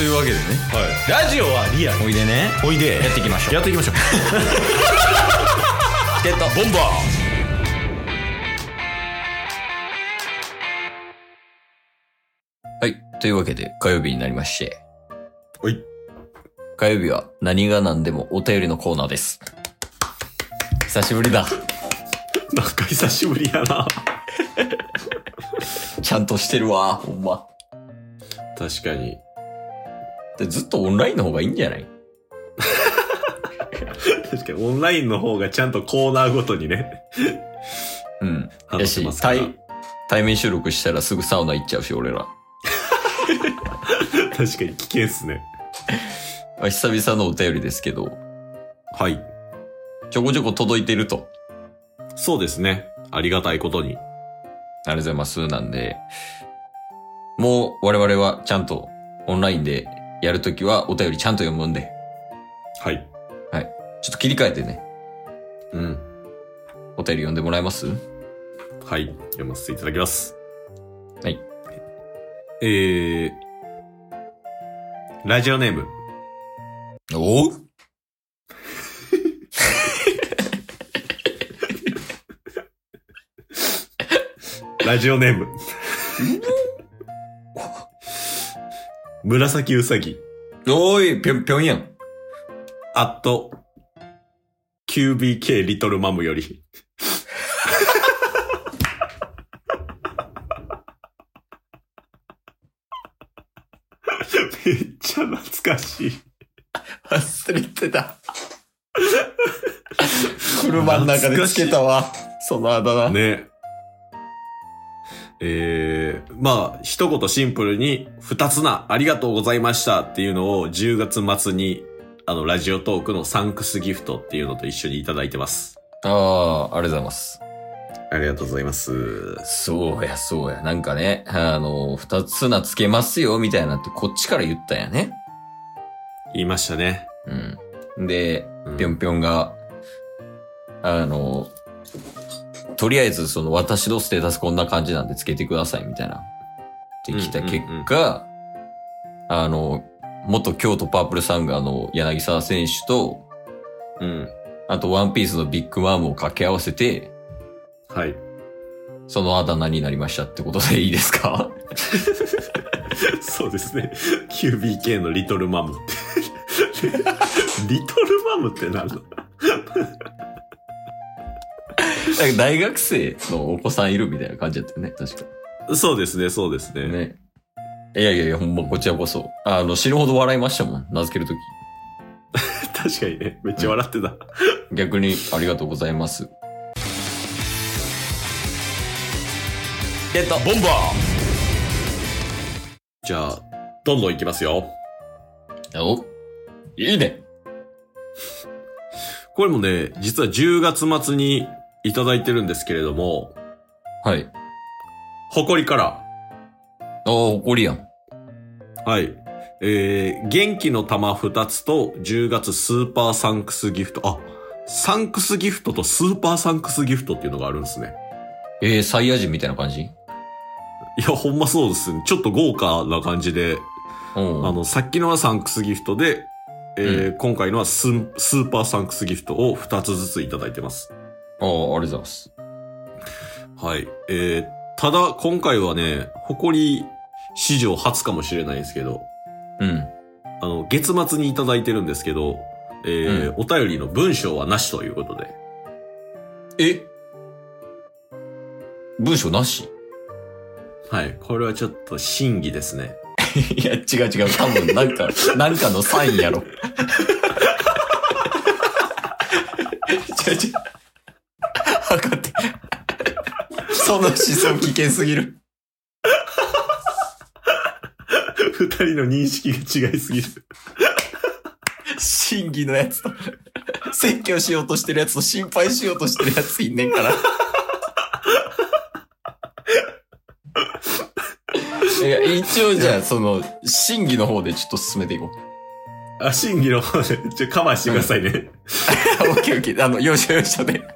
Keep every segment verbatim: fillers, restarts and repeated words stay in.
というわけでね、 はい、ラジオはリアル。 おいでね、 おいでやっていきましょう。 やっていきましょう。 チケットボンバー。はい。というわけで、火曜日になりまして。 はい。 火曜日は何が何でもお便りのコーナーです。久しぶりだ。 なんか久しぶりやな。 ちゃんとしてるわ、ほんま。 確かに。 でずっとオンラインの方がいいんじゃない？ 確かにオンラインの方がちゃんとコーナーごとにね。 うん。 話してますから。 対、対面収録したらすぐサウナ行っちゃうし、俺ら。 確かに危険っすね。 久々のお便りですけど。 はい。 ちょこちょこ届いてると。 そうですね。ありがたいことに。 ありがとうございます。なんで、もう我々はちゃんとオンラインでやるときはお便りちゃんと読むんで。 はい。 はい。ちょっと切り替えてね。 うん。 お便り読んでもらえます？ はい。読ませていただきます。 はい。 えー、ラジオネーム。 おうラジオネーム。紫うさぎ。 おーい、ぴょんぴょんやん。 アット、キュービーケー リトルマムより。めっちゃ懐かしい。 忘れてた。車の中でつけたわ。そのあだ名。 ね。えー、まあ、一言シンプルに、二つな、ありがとうございましたっていうのをじゅうがつ末に、あの、ラジオトークのサンクスギフトっていうのと一緒にいただいてます。 ああ、ありがとうございます。 ありがとうございます。 そうや、そうや。なんかね、あの、二つなつけますよ、みたいなってこっちから言ったんやね。 言いましたね。 うん。で、 うん、 ぴょんぴょんが、あの、とりあえずその私のステータスこんな感じなんでつけてくださいみたいなってきた結果、うんうんうん、あの、元京都パープルサンガーの柳沢選手と、 うん。 あとワンピースのビッグマムを掛け合わせて、 はい。 そのあだ名になりましたってことでいいですか？ そうですね。キュービーケー のリトルマムって。リトルマムって何の？ なんか大学生のお子さんいるみたいな感じだったよね、確か。そうですね、そうですね。 ね。いやいやいや、ほんまこちらこそ。あの、死ぬほど笑いましたもん、名付けるとき。 確かにね、めっちゃ笑ってた。 うん、逆にありがとうございます。ゲットボンバー。じゃあ、どんどんいきますよ。 お、いいね。 これもね、実はじゅうがつ末にいただいてるんですけれども。 はい。 ほこりから。 ああ、ほこりやん。 はい。えー、元気の玉ふたつとじゅうがつスーパーサンクスギフト。あ、サンクスギフトとスーパーサンクスギフトっていうのがあるんですね。 えー、サイヤ人みたいな感じ？ いや、ほんまそうですね。ちょっと豪華な感じで。あの、さっきのはサンクスギフトで、えーうん、今回のはススーパーサンクスギフトをふたつずついただいてます。 ああ、ありがとうございます。 はい。えー、ただ、今回はね、ほこり史上初かもしれないですけど、 うん。 あの、月末にいただいてるんですけど、えーうん、お便りの文章はなしということで。 え？文章なし？ はい。これはちょっと審議ですね。 いや、違う違う。多分、なんか、なんかのサインやろ。違う違う。分かって。その思想危険すぎる。 二人の認識が違いすぎる。 審議のやつと、説教しようとしてるやつと心配しようとしてるやついんねんから。いや、一応じゃあ、その、審議の方でちょっと進めていこう。あ、審議の方で、ちょ、カバーしてくださいね。 オッケーオッケー。あの、要所要所で。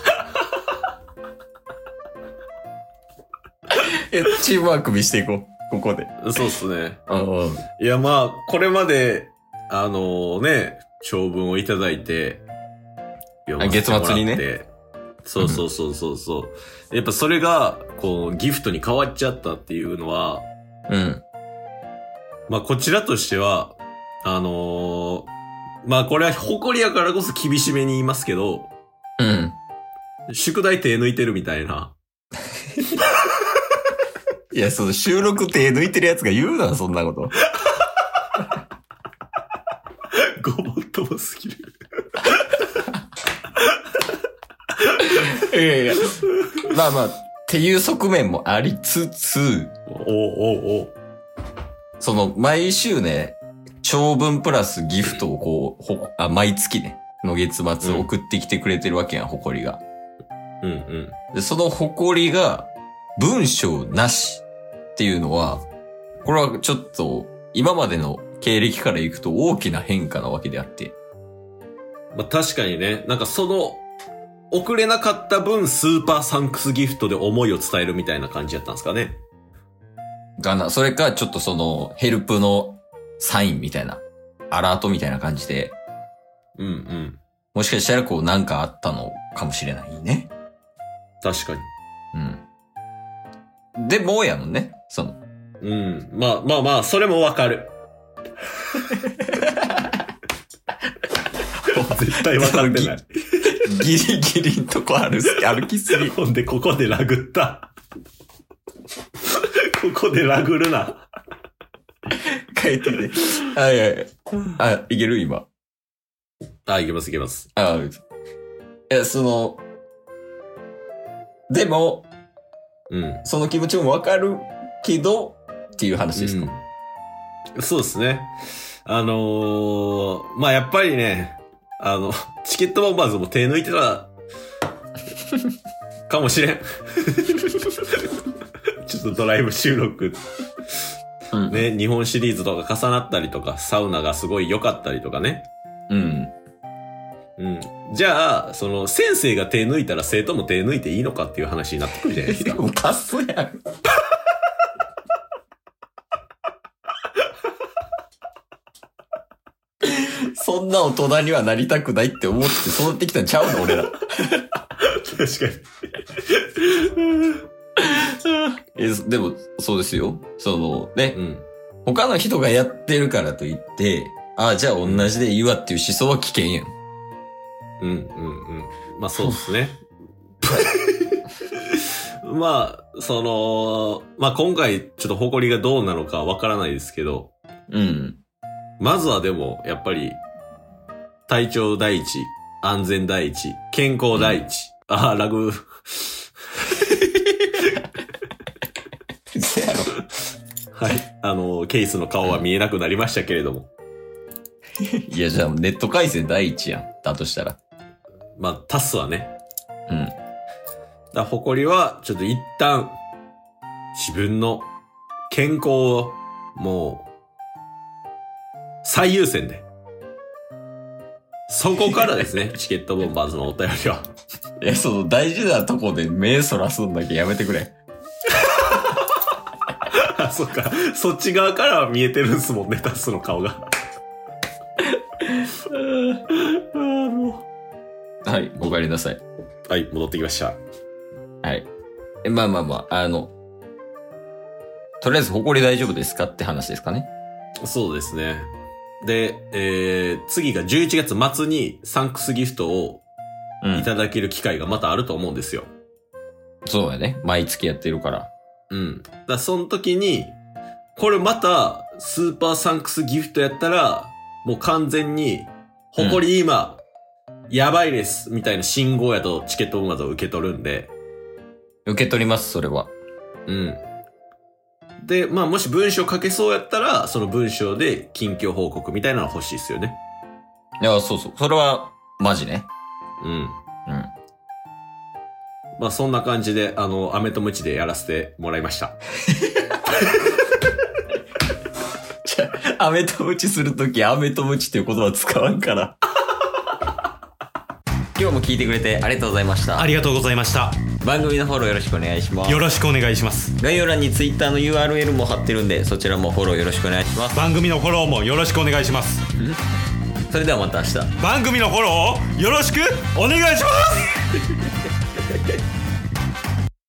チームワーク見していこう。 ここで。 そうっすね。 うんうん。 いや、まあ、これまで、あのね、長文をいただいて、読ませてもらって。 月末にね。 そうそうそうそうそう。やっぱそれが、こう、ギフトに変わっちゃったっていうのは、 うん。 まあ、こちらとしては、あのー、まあ、これは誇りやからこそ厳しめに言いますけど、 うん。 宿題手抜いてるみたいな。 いや、その収録手抜いてるやつが言うな、そんなこと。 ごもっともすぎる。 いやいや。まあまあ、っていう側面もありつつ、 おおおおその、毎週ね、長文プラスギフトをこう、ほあ毎月ね、の月末送ってきてくれてるわけやん、誇りが。 うんうん。 で、その誇りが、文章なしっていうのは、これはちょっと、今までの経歴からいくと大きな変化なわけであって。 まあ、確かにね、なんかその、送れなかった分、スーパーサンクスギフトで思いを伝えるみたいな感じやったんですかね。 がな、それか、ちょっとその、ヘルプのサインみたいな、アラートみたいな感じで、 うんうん。 もしかしたらこうなんかあったのかもしれないね。 確かに。 うん。でもやもんね、その。 うん。まあまあまあ、それもわかる。絶対わかってない。 ギリギリんとこ歩歩きすぎ。 ほんで、ここでラグった。ここでラグるな。 書いてて。あ、いやいや。あ、いける今。 あ、いけますいけます。 あ、いや、その、でも、 うん。 その気持ちもわかるけど、っていう話ですか、 うん、そうですね。あのー、まあ、やっぱりね、あの、チケットボンバーズも手抜いてた、かもしれん。ちょっとドライブ収録。うん、ね、日本シリーズとか重なったりとか、サウナがすごい良かったりとかね。 うん。 うん。じゃあ、その、先生が手抜いたら生徒も手抜いていいのかっていう話になってくるじゃないですか。 もうカスやん。そんな大人にはなりたくないって思って育ってきたんちゃうの俺ら。確かに。え、でも、そうですよ。その、ね、 うん。 他の人がやってるからといって、ああ、じゃあ同じでいいわっていう思想は危険やん。 うん、うん、うん。まあそうですね。まあ、その、まあ今回ちょっと誇りがどうなのかわからないですけど、 うん。 まずはでも、やっぱり、体調第一、安全第一、健康第一。うん、ああ、ラグ。はい。あの、ケースの顔は見えなくなりましたけれども。 いや、じゃあネット回線第一やん。だとしたら。 まあ、タスはね。 うん。 だ誇りは、ちょっと一旦、自分の健康を、もう、最優先で。そこからですね、チケットボンバーズのお便りは。 いや、その大事なとこで目そらすんだけやめてくれ。 あ、そっか。そっち側からは見えてるんすもんね、タスの顔が。 はい、お帰りなさい。 はい、戻ってきました。 はい。え、まあまあまあ、あの、とりあえず誇り大丈夫ですかって話ですかね。 そうですね。で、えー、次がじゅういちがつ末にサンクスギフトをいただける機会がまたあると思うんですよ。 うん、そうやね。毎月やってるから。 うん。だからその時に、これまたスーパーサンクスギフトやったら、もう完全に、誇り今、うん、やばいです、みたいな信号やとチケットボンバーズを受け取るんで。 受け取ります、それは。 うん。で、まあもし文章書けそうやったら、その文章で近況報告みたいなの欲しいですよね。 いや、そうそう。それは、マジね。 うん。うん。 まあそんな感じで、あの、アメとムチでやらせてもらいました。 じゃあ、アメとムチするとき、アメとムチっていう言葉使わんから。今日も聞いてくれてありがとうございました。 ありがとうございました。 番組のフォローよろしくお願いします。 よろしくお願いします。 概要欄に Twitter の ユーアールエル も貼ってるんで、そちらもフォローよろしくお願いします。 番組のフォローもよろしくお願いします。 それではまた明日。 番組のフォローをよろしくお願いします